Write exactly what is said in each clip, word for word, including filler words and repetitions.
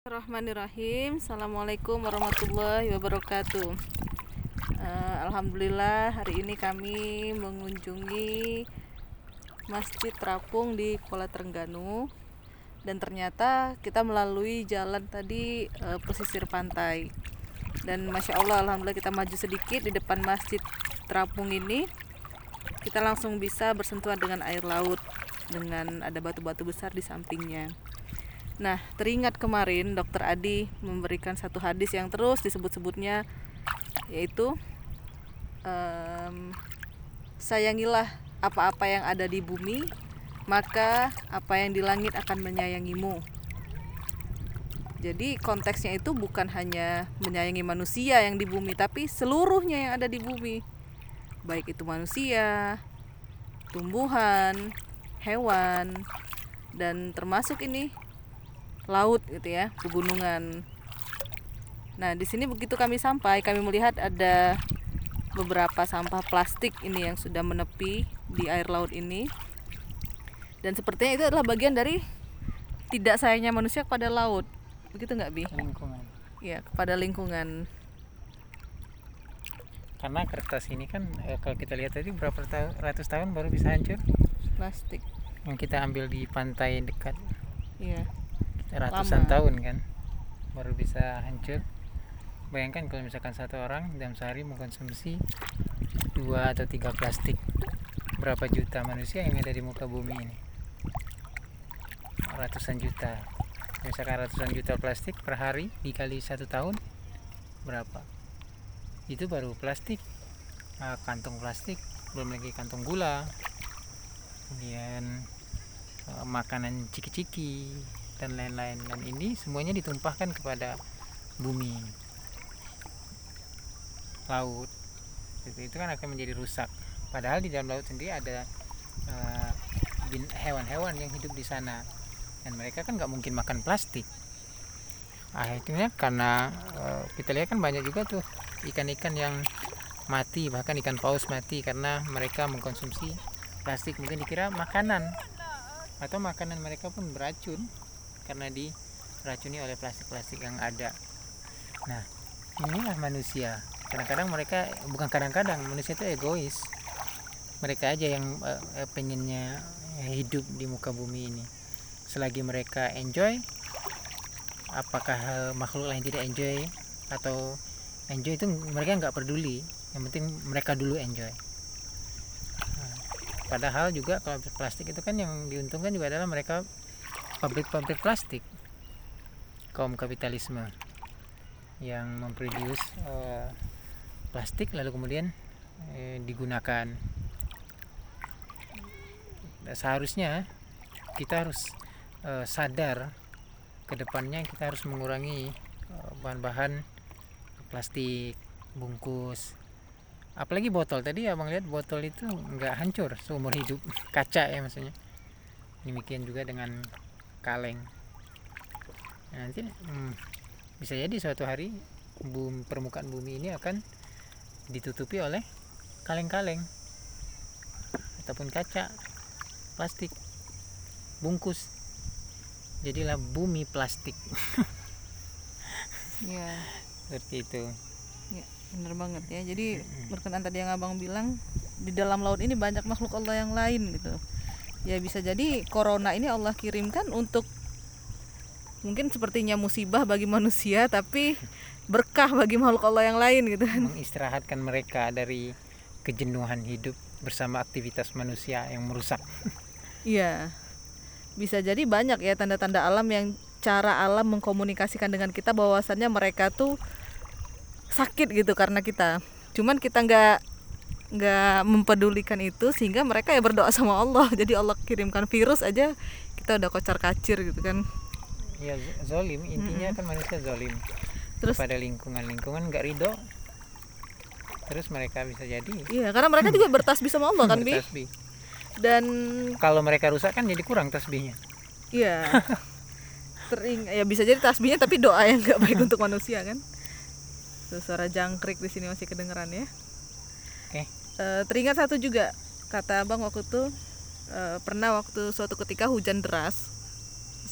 Bismillahirrahmanirrahim. Assalamualaikum warahmatullahi wabarakatuh. Uh, Alhamdulillah hari ini kami mengunjungi Masjid Terapung di Kuala Terengganu, dan ternyata kita melalui jalan tadi uh, pesisir pantai. Dan masya Allah, alhamdulillah kita maju sedikit di depan Masjid Terapung ini, kita langsung bisa bersentuhan dengan air laut, dengan ada batu-batu besar di sampingnya. Nah, teringat kemarin Dokter Adi memberikan satu hadis yang terus disebut-sebutnya, yaitu um, sayangilah apa-apa yang ada di bumi, maka apa yang di langit akan menyayangimu. Jadi konteksnya itu bukan hanya menyayangi manusia yang di bumi, tapi seluruhnya yang ada di bumi, baik itu manusia, tumbuhan, hewan, dan termasuk ini laut gitu ya, pegunungan. Nah, di sini begitu kami sampai, kami melihat ada beberapa sampah plastik ini yang sudah menepi di air laut ini. Dan sepertinya itu adalah bagian dari tidak sayangnya manusia kepada laut. Begitu nggak, Bi? Lingkungan. Iya, kepada lingkungan. Karena kertas ini kan eh, kalau kita lihat tadi berapa ta- ratus tahun baru bisa hancur. Plastik. Yang kita ambil di pantai dekat. Iya. Ratusan Lama. tahun kan baru bisa hancur. Bayangkan kalau misalkan satu orang dalam sehari mengkonsumsi dua atau tiga plastik, berapa juta manusia yang ada di muka bumi ini? Ratusan juta. Misalkan ratusan juta plastik per hari dikali satu tahun, berapa? Itu baru plastik, ah, kantong plastik, belum lagi kantong gula, kemudian ah, makanan ciki-ciki dan lain-lain. Dan ini semuanya ditumpahkan kepada bumi, laut. Itu, itu kan akan menjadi rusak. Padahal di dalam laut sendiri ada uh, bin- hewan-hewan yang hidup di sana, dan mereka kan nggak mungkin makan plastik. Akhirnya karena uh, kita lihat kan banyak juga tuh ikan-ikan yang mati, bahkan ikan paus mati karena mereka mengkonsumsi plastik. Mungkin dikira makanan, atau makanan mereka pun beracun karena diracuni oleh plastik-plastik yang ada. Nah, inilah manusia. Kadang-kadang mereka, bukan kadang-kadang, manusia itu egois. Mereka aja yang uh, pengennya hidup di muka bumi ini. Selagi mereka enjoy, apakah uh, makhluk lain tidak enjoy atau enjoy, itu mereka nggak peduli. Yang penting mereka dulu enjoy. Nah, padahal juga kalau plastik itu kan yang diuntungkan juga adalah mereka, pabrik-pabrik plastik, kaum kapitalisme yang memproduce uh, plastik lalu kemudian uh, digunakan. Seharusnya kita harus uh, sadar ke depannya kita harus mengurangi uh, bahan-bahan plastik, bungkus, apalagi botol. Tadi abang lihat botol itu nggak hancur seumur hidup, kaca ya maksudnya. Demikian juga dengan kaleng. Nah, nanti hmm, bisa jadi suatu hari bum, permukaan bumi ini akan ditutupi oleh kaleng-kaleng ataupun kaca, plastik, bungkus. Jadilah bumi plastik. Iya. Seperti itu. Ya, benar banget ya. Jadi berkenaan tadi yang abang bilang, di dalam laut ini banyak makhluk Allah yang lain gitu. Ya bisa jadi corona ini Allah kirimkan untuk mungkin sepertinya musibah bagi manusia, tapi berkah bagi makhluk Allah yang lain gitu kan. Mengistirahatkan mereka dari kejenuhan hidup bersama aktivitas manusia yang merusak. Iya. Bisa jadi banyak ya tanda-tanda alam yang cara alam mengkomunikasikan dengan kita bahwasannya mereka tuh sakit gitu karena kita. Cuman kita nggak nggak mempedulikan itu, sehingga mereka ya berdoa sama Allah. Jadi Allah kirimkan virus aja kita udah kocar kacir gitu kan. Ya, zolim intinya. Mm-mm. Kan manusia zolim Terus pada lingkungan lingkungan nggak ridho, terus mereka bisa jadi iya, karena mereka juga bertasbih sama Allah kan, Bi. bertasbih. Dan Kalau mereka rusak kan jadi kurang tasbihnya. iya. Tering ya bisa jadi tasbihnya tapi doa yang nggak baik untuk manusia kan. Tuh, suara jangkrik di sini masih kedengeran ya. Oke. Uh, teringat satu juga kata abang waktu itu, uh, pernah waktu suatu ketika hujan deras,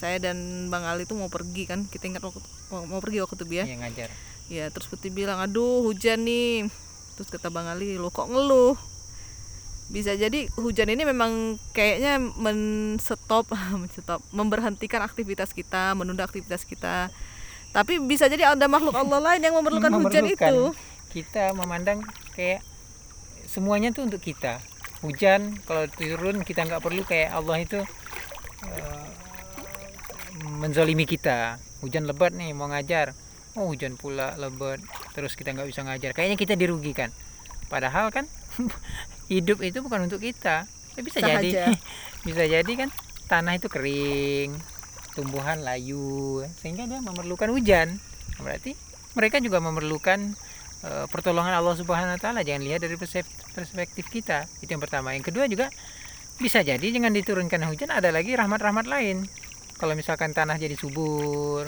saya dan Bang Ali tuh mau pergi kan, kita ingat waktu, mau, mau pergi waktu itu ya. Iya, ngajar. Ya terus Putih bilang, aduh hujan nih. Terus kata Bang Ali, lo kok ngeluh? Bisa jadi hujan ini memang kayaknya men-stop, men-stop, memberhentikan aktivitas kita, menunda aktivitas kita. Tapi bisa jadi ada makhluk Allah lain yang memerlukan, hujan Memerlukan. itu. Kita memandang kayak semuanya tuh untuk kita. Hujan kalau turun kita nggak perlu, kayak Allah itu uh, menzolimi kita. Hujan lebat nih mau ngajar, oh hujan pula lebat, terus kita nggak bisa ngajar, kayaknya kita dirugikan. Padahal kan hidup itu bukan untuk kita. Ya, bisa Sah jadi aja. bisa jadi kan tanah itu kering, tumbuhan layu, sehingga dia memerlukan hujan. Berarti mereka juga memerlukan uh, pertolongan Allah Subhanahu Wa Taala. Jangan lihat dari perspektif kita. Itu yang pertama. Yang kedua juga bisa jadi dengan diturunkan hujan ada lagi rahmat-rahmat lain. Kalau misalkan tanah jadi subur,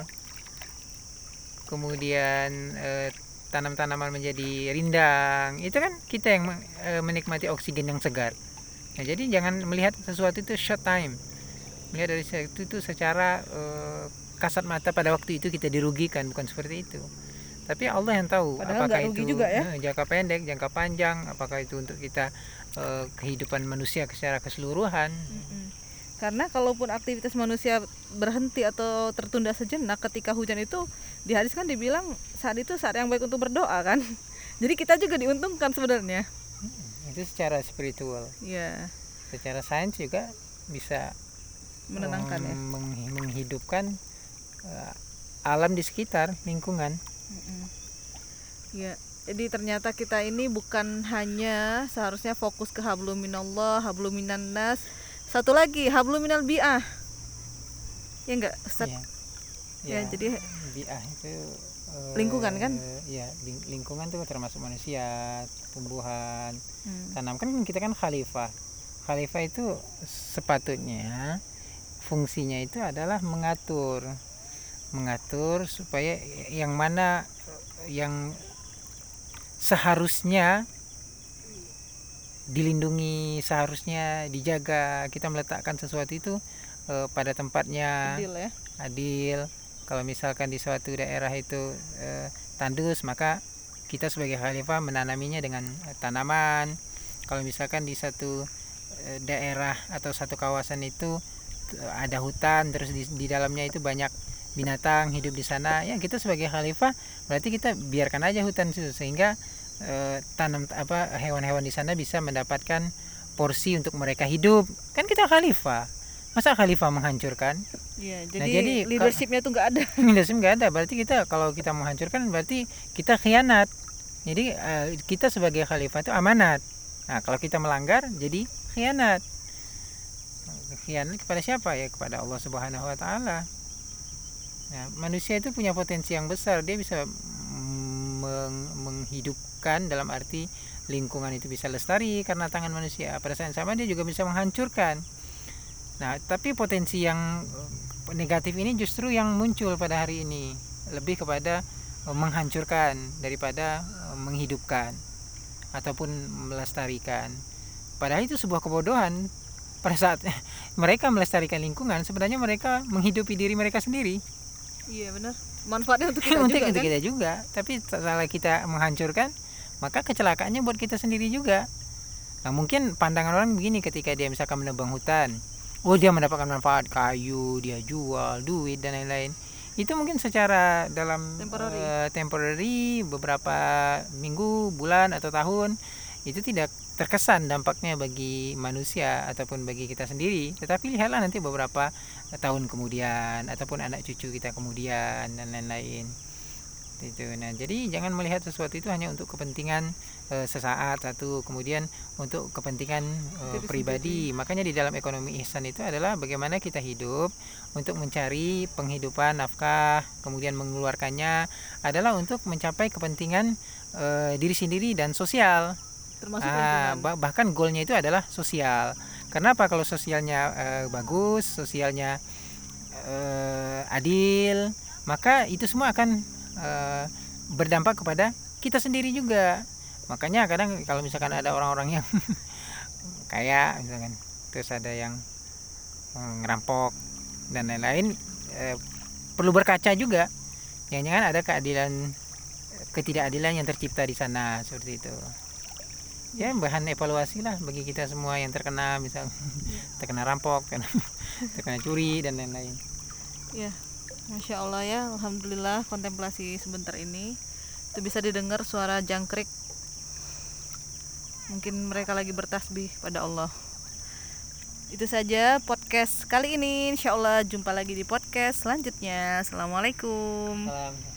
kemudian eh, tanam-tanaman menjadi rindang, itu kan kita yang eh, menikmati oksigen yang segar. Nah, jadi jangan melihat sesuatu itu short time, melihat dari sesuatu itu secara eh, kasat mata pada waktu itu kita dirugikan, bukan seperti itu. Tapi Allah yang tahu. Padahal apakah nggak rugi itu juga ya. eh, jangka pendek, jangka panjang, apakah itu untuk kita eh, kehidupan manusia secara keseluruhan. Mm-mm. Karena kalaupun aktivitas manusia berhenti atau tertunda sejenak ketika hujan itu, di hadis kan dibilang saat itu saat yang baik untuk berdoa kan. Jadi kita juga diuntungkan sebenarnya. Hmm, itu secara spiritual. Iya, Secara sains juga bisa menenangkan ya. um, meng- menghidupkan uh, alam di sekitar lingkungan. Mm-mm. Ya, jadi ternyata kita ini bukan hanya seharusnya fokus ke hablum minallah, hablum minan nas. Satu lagi, hablum minal bi'ah. Ya enggak, Ustaz? Iya. Ya, jadi bi'ah itu uh, lingkungan kan? Iya, ling- lingkungan itu termasuk manusia, tumbuhan, Hmm. tanam. Kan kita kan khalifah. Khalifah itu sepatutnya fungsinya itu adalah mengatur, mengatur supaya yang mana yang seharusnya dilindungi, seharusnya dijaga, kita meletakkan sesuatu itu eh, pada tempatnya Adil ya. adil. Kalau misalkan di suatu daerah itu eh, tandus, maka kita sebagai khalifah menanaminya dengan eh, tanaman. Kalau misalkan di satu eh, daerah atau satu kawasan itu eh, ada hutan, terus di, di dalamnya itu banyak binatang hidup di sana, ya kita sebagai khalifah berarti kita biarkan aja hutan itu, sehingga eh, tanam apa hewan-hewan di sana bisa mendapatkan porsi untuk mereka hidup. Kan kita khalifah, masa khalifah menghancurkan? Iya, jadi, Nah, jadi leadershipnya tuh nggak ada. Leadership nggak ada, berarti kita kalau kita menghancurkan berarti kita khianat. Jadi eh, kita sebagai khalifah itu amanat. Nah, kalau kita melanggar jadi khianat. Khianat kepada siapa? Ya kepada Allah Subhanahu Wa Taala. Nah, manusia itu punya potensi yang besar, dia bisa meng- menghidupkan, dalam arti lingkungan itu bisa lestari karena tangan manusia. Pada saat yang sama dia juga bisa menghancurkan. Nah, tapi potensi yang negatif ini justru yang muncul pada hari ini, lebih kepada menghancurkan daripada menghidupkan ataupun melestarikan. Padahal itu sebuah kebodohan. Pada saat mereka melestarikan lingkungan, sebenarnya mereka menghidupi diri mereka sendiri. Iya benar. Manfaatnya untuk kita Untuk juga untuk kan? kita juga. Tapi setelah kita menghancurkan, maka kecelakaannya buat kita sendiri juga. Nah, mungkin pandangan orang begini ketika dia misalkan menebang hutan, oh dia mendapatkan manfaat, kayu dia jual, duit dan lain-lain. Itu mungkin secara dalam Temporary. uh, temporary beberapa minggu, bulan atau tahun, itu tidak terkesan dampaknya bagi manusia ataupun bagi kita sendiri. Tetapi lihatlah nanti beberapa tahun kemudian ataupun anak cucu kita kemudian dan lain-lain. Itu. Nah, jadi jangan melihat sesuatu itu hanya untuk kepentingan e, sesaat satu, kemudian untuk kepentingan e, Diri pribadi. Makanya di dalam ekonomi ihsan itu adalah bagaimana kita hidup untuk mencari penghidupan, nafkah, kemudian mengeluarkannya adalah untuk mencapai kepentingan e, diri sendiri dan sosial. Termasuk Ah, lingkungan. bah- bahkan goalnya itu adalah sosial. Kenapa? Kalau sosialnya eh, bagus, sosialnya eh, adil, maka itu semua akan eh, berdampak kepada kita sendiri juga. Makanya kadang kalau misalkan ada orang-orang yang kaya misalkan, terus ada yang eh, ngerampok dan lain-lain, eh, perlu berkaca juga, jangan-jangan ada keadilan ketidakadilan yang tercipta di sana seperti itu. Ya bahan evaluasi lah bagi kita semua yang terkena, misal terkena rampok, terkena, terkena curi dan lain-lain. Ya, Masya Allah ya, Alhamdulillah kontemplasi sebentar ini itu bisa didengar suara jangkrik. Mungkin mereka lagi bertasbih pada Allah. Itu saja podcast kali ini. Insya Allah jumpa lagi di podcast selanjutnya. Assalamualaikum. Salam.